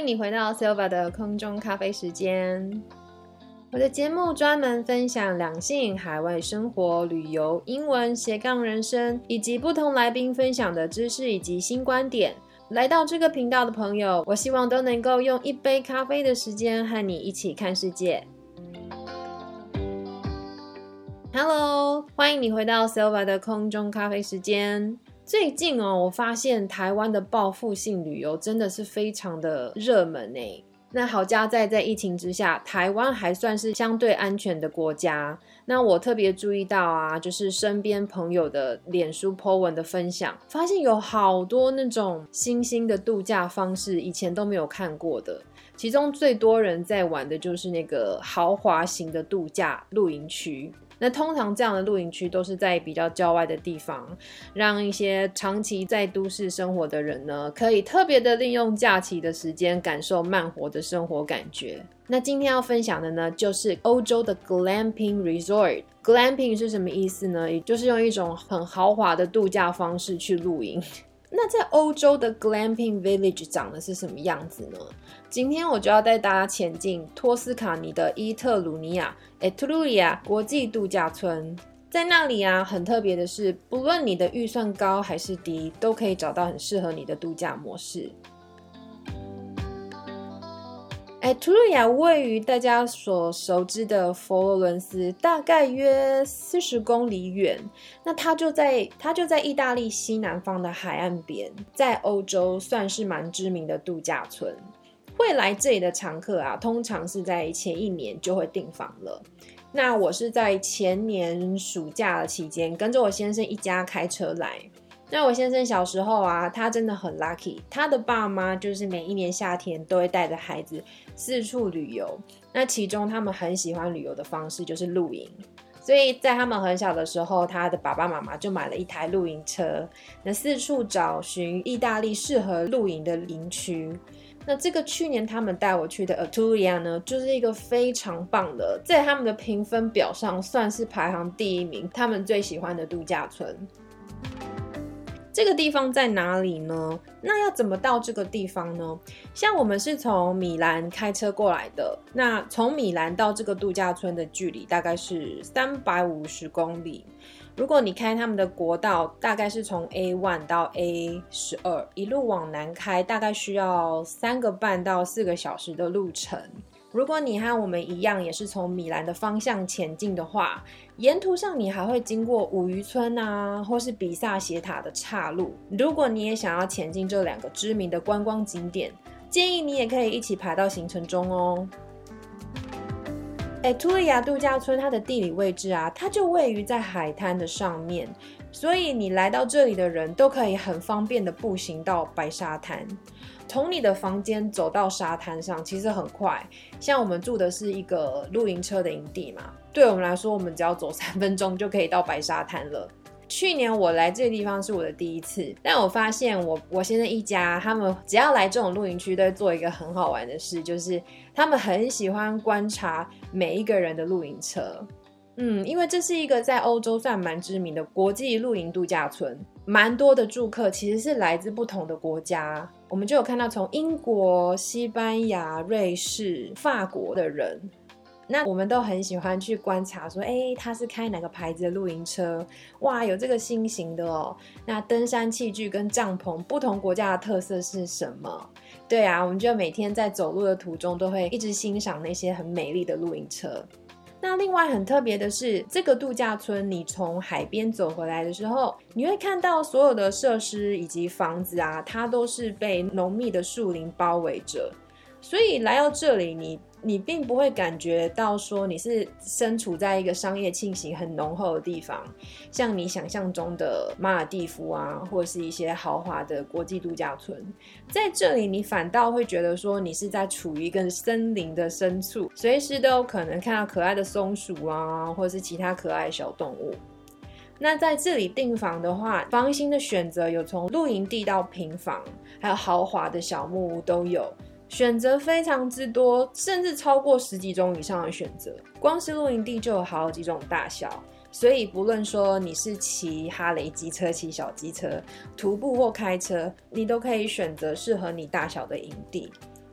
你回到 Silva 的空中咖啡时间。我的节目专门分享两性、海外生活、旅游、英文、斜杠人生，以及不同来宾分享的知识以及新观点。来到这个频道的朋友，我希望都能够用一杯咖啡的时间和你一起看世界。Hello， 欢迎你回到 Silva 的空中咖啡时间。最近我发现台湾的报复性旅游真的是非常的热门耶。那好家在疫情之下，台湾还算是相对安全的国家。那我特别注意到就是身边朋友的脸书 po 文的分享，发现有好多那种新兴的度假方式，以前都没有看过的。其中最多人在玩的就是那个豪华型的度假露营区。那通常这样的露营区都是在比较郊外的地方，让一些长期在都市生活的人呢，可以特别的利用假期的时间，感受慢活的生活感觉。那今天要分享的呢，就是欧洲的 Glamping Resort。Glamping 是什么意思呢？也就是用一种很豪华的度假方式去露营。那在欧洲的 Glamping Village 长的是什么样子呢？今天我就要带大家前进托斯卡尼的伊特鲁尼亚 Etruria 国际度假村。在那里很特别的是，不论你的预算高还是低，都可以找到很适合你的度假模式。Etruria 位于大家所熟知的佛罗伦斯，大概约40公里远。那它就在意大利西南方的海岸边，在欧洲算是蛮知名的度假村。会来这里的常客通常是在前一年就会订房了。那我是在前年暑假的期间，跟着我先生一家开车来。那我先生小时候他真的很 lucky， 他的爸妈就是每一年夏天都会带着孩子四处旅游。那其中他们很喜欢旅游的方式就是露营，所以在他们很小的时候，他的爸爸妈妈就买了一台露营车，那四处找寻意大利适合露营的营区。那这个去年他们带我去的 Etruria 呢，就是一个非常棒的，在他们的评分表上算是排行第1名，他们最喜欢的度假村。这个地方在哪里呢？那要怎么到这个地方呢？像我们是从米兰开车过来的，那从米兰到这个度假村的距离大概是350公里。如果你开他们的国道，大概是从 A1 到 A12 一路往南开，大概需要3个半到4个小时的路程。如果你和我们一样也是从米兰的方向前进的话，沿途上你还会经过五渔村或是比萨斜塔的岔路。如果你也想要前进这2个知名的观光景点，建议你也可以一起排到行程中哦。Etruria 度假村它的地理位置它就位于在海滩的上面，所以你来到这里的人都可以很方便的步行到白沙滩。从你的房间走到沙滩上其实很快，像我们住的是一个露营车的营地嘛，对我们来说我们只要走3分钟就可以到白沙滩了。去年我来这个地方是我的第一次，但我发现我先生一家他们只要来这种露营区都会做一个很好玩的事，就是他们很喜欢观察每一个人的露营车。因为这是一个在欧洲算蛮知名的国际露营度假村，蛮多的住客其实是来自不同的国家，我们就有看到从英国、西班牙、瑞士、法国的人。那我们都很喜欢去观察说他是开哪个牌子的露营车，哇有这个新型的那登山器具跟帐篷不同国家的特色是什么。对我们就每天在走路的途中都会一直欣赏那些很美丽的露营车。那另外很特别的是，这个度假村你从海边走回来的时候，你会看到所有的设施以及房子它都是被浓密的树林包围着，所以来到这里你并不会感觉到说你是身处在一个商业气息很浓厚的地方，像你想象中的马尔地夫或是一些豪华的国际度假村。在这里你反倒会觉得说你是在处于一个森林的深处，随时都有可能看到可爱的松鼠或是其他可爱的小动物。那在这里订房的话，房型的选择有从露营地到平房，还有豪华的小木屋都有，选择非常之多，甚至超过10几种以上的选择。光是露营地就有好几种大小，所以不论说你是骑哈雷机车、骑小机车、徒步或开车，你都可以选择适合你大小的营地。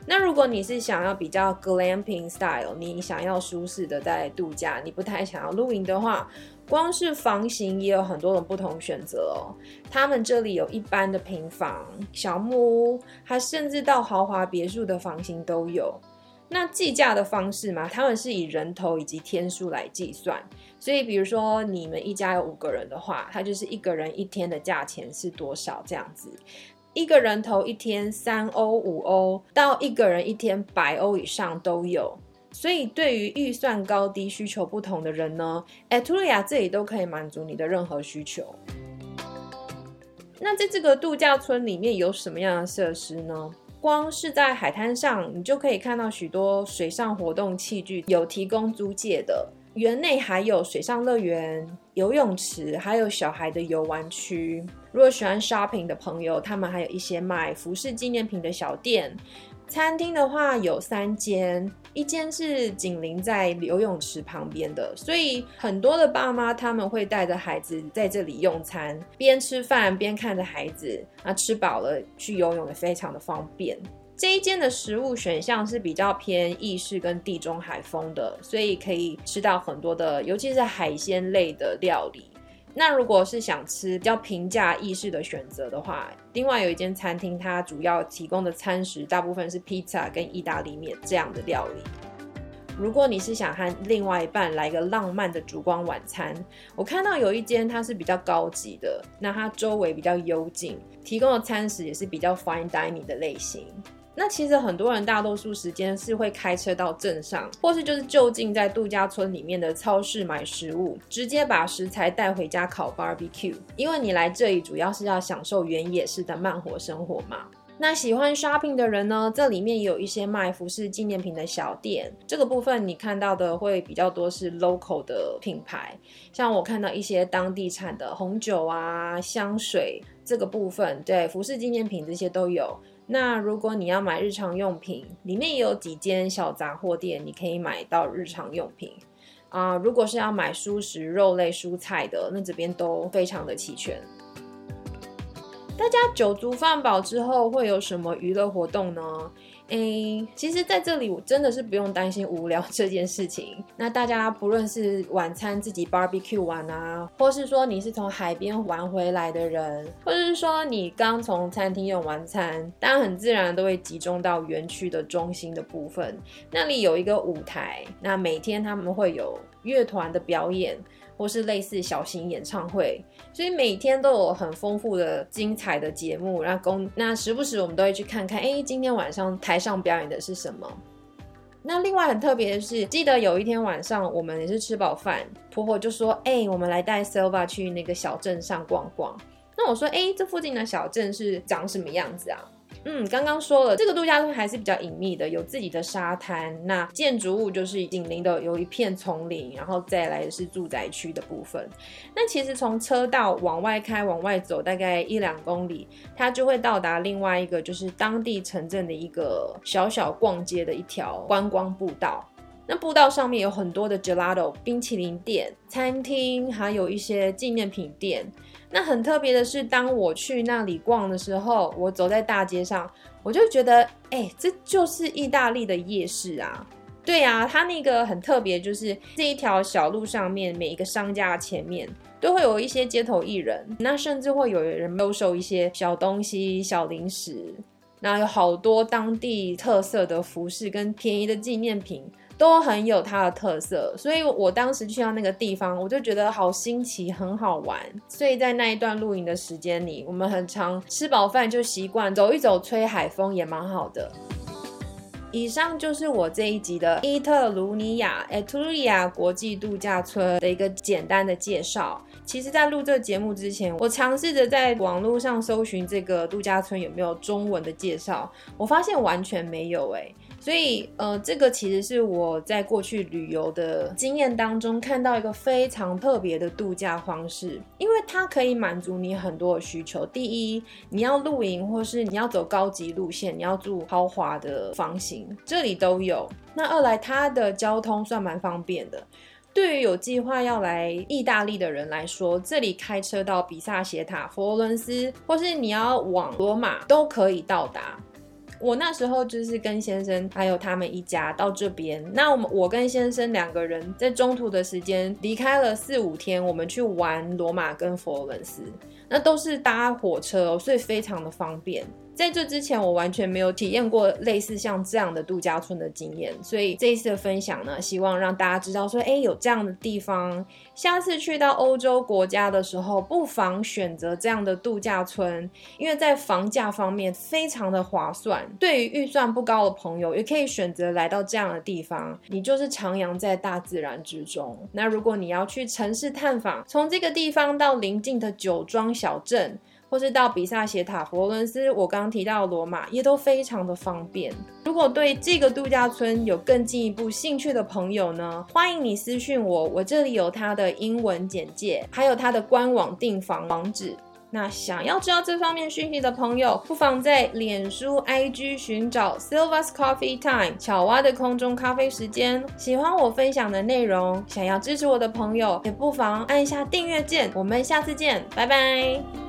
那如果你是想要比较 glamping style， 你想要舒适的在度假，你不太想要露营的话，光是房型也有很多种不同选择哦。他们这里有一般的平房、小木屋，还甚至到豪华别墅的房型都有。那计价的方式嘛，他们是以人头以及天数来计算，所以比如说你们一家有5个人的话，它就是1个人1天的价钱是多少这样子。1个人头1天3欧5欧到1个人1天100欧以上都有。所以对于预算高低需求不同的人呢， Etruria 这里都可以满足你的任何需求。那在这个度假村里面有什么样的设施呢？光是在海滩上，你就可以看到许多水上活动器具有提供租借的，园内还有水上乐园、游泳池，还有小孩的游玩区。如果喜欢 shopping 的朋友，他们还有一些卖服饰纪念品的小店。餐厅的话有3间，一间是紧邻在游泳池旁边的，所以很多的爸妈他们会带着孩子在这里用餐，边吃饭边看着孩子，吃饱了去游泳也非常的方便。这一间的食物选项是比较偏意式跟地中海风的，所以可以吃到很多的尤其是海鲜类的料理。那如果是想吃比较平价意式的选择的话，另外有一间餐厅，它主要提供的餐食大部分是披萨跟意大利面这样的料理。如果你是想和另外一半来个浪漫的烛光晚餐，我看到有一间它是比较高级的，那它周围比较幽静，提供的餐食也是比较 fine dining 的类型。那其实很多人大多数时间是会开车到镇上，或是就是就近在度假村里面的超市买食物，直接把食材带回家烤 barbecue， 因为你来这里主要是要享受原野式的慢活生活嘛。那喜欢 shopping 的人呢，这里面也有一些卖服饰纪念品的小店，这个部分你看到的会比较多是 local 的品牌，像我看到一些当地产的红酒啊、香水，这个部分对服饰纪念品这些都有。那如果你要买日常用品，里面也有几间小杂货店，你可以买到日常用品如果是要买蔬食、肉类、蔬菜的，那这边都非常的齐全。大家酒足饭饱之后会有什么娱乐活动呢？其实在这里我真的是不用担心无聊这件事情。那大家不论是晚餐自己 barbecue 玩啊，或是说你是从海边玩回来的人，或者是说你刚从餐厅用完餐，当然很自然都会集中到园区的中心的部分，那里有一个舞台，那每天他们会有乐团的表演，或是类似小型演唱会，所以每天都有很丰富的精彩的节目，那时不时我们都会去看看今天晚上台上表演的是什么。那另外很特别的是，记得有一天晚上我们也是吃饱饭，婆婆就说我们来带 Silva 去那个小镇上逛逛。那我说这附近的小镇是长什么样子啊？刚刚说了，这个度假村还是比较隐秘的，有自己的沙滩，那建筑物就是紧邻的有一片丛林，然后再来是住宅区的部分。那其实从车道往外开往外走大概1-2公里，它就会到达另外一个就是当地城镇的一个小小逛街的一条观光步道。那步道上面有很多的 gelato 冰淇淋店、餐厅，还有一些纪念品店。那很特别的是，当我去那里逛的时候，我走在大街上，我就觉得这就是意大利的夜市啊。对啊，它那个很特别，就是这一条小路上面每一个商家前面都会有一些街头艺人，那甚至会有人兜售一些小东西、小零食，那有好多当地特色的服饰跟便宜的纪念品都很有它的特色，所以我当时去到那个地方，我就觉得好新奇，很好玩。所以在那一段露营的时间里，我们很常吃饱饭就习惯走一走，吹海风也蛮好的。以上就是我这一集的伊特鲁尼亚 Etruria 国际度假村的一个简单的介绍。其实在录这个节目之前，我尝试着在网络上搜寻这个度假村有没有中文的介绍，我发现完全没有所以这个其实是我在过去旅游的经验当中看到一个非常特别的度假方式，因为它可以满足你很多的需求。第一，你要露营或是你要走高级路线，你要住豪华的房型，这里都有。那二来，它的交通算蛮方便的。对于有计划要来意大利的人来说，这里开车到比萨斜塔、佛罗伦斯，或是你要往罗马都可以到达。 我那时候就是跟先生还有他们一家到这边，那我跟先生2个人在中途的时间离开了4-5天，我们去玩罗马跟佛罗伦斯，那都是搭火车哦，所以非常的方便。在这之前我完全没有体验过类似像这样的度假村的经验，所以这一次的分享呢，希望让大家知道说有这样的地方，下次去到欧洲国家的时候不妨选择这样的度假村，因为在房价方面非常的划算，对于预算不高的朋友也可以选择来到这样的地方，你就是徜徉在大自然之中。那如果你要去城市探访，从这个地方到邻近的酒庄小镇，或是到比萨斜塔、佛罗伦斯，我刚刚提到的罗马也都非常的方便。如果对这个度假村有更进一步兴趣的朋友呢，欢迎你私讯我，我这里有它的英文简介，还有它的官网订房网址。那想要知道这方面讯息的朋友，不妨在脸书 IG 寻找 Silva's Coffee Time 巧蛙的空中咖啡时间。喜欢我分享的内容，想要支持我的朋友，也不妨按下订阅键。我们下次见，拜拜。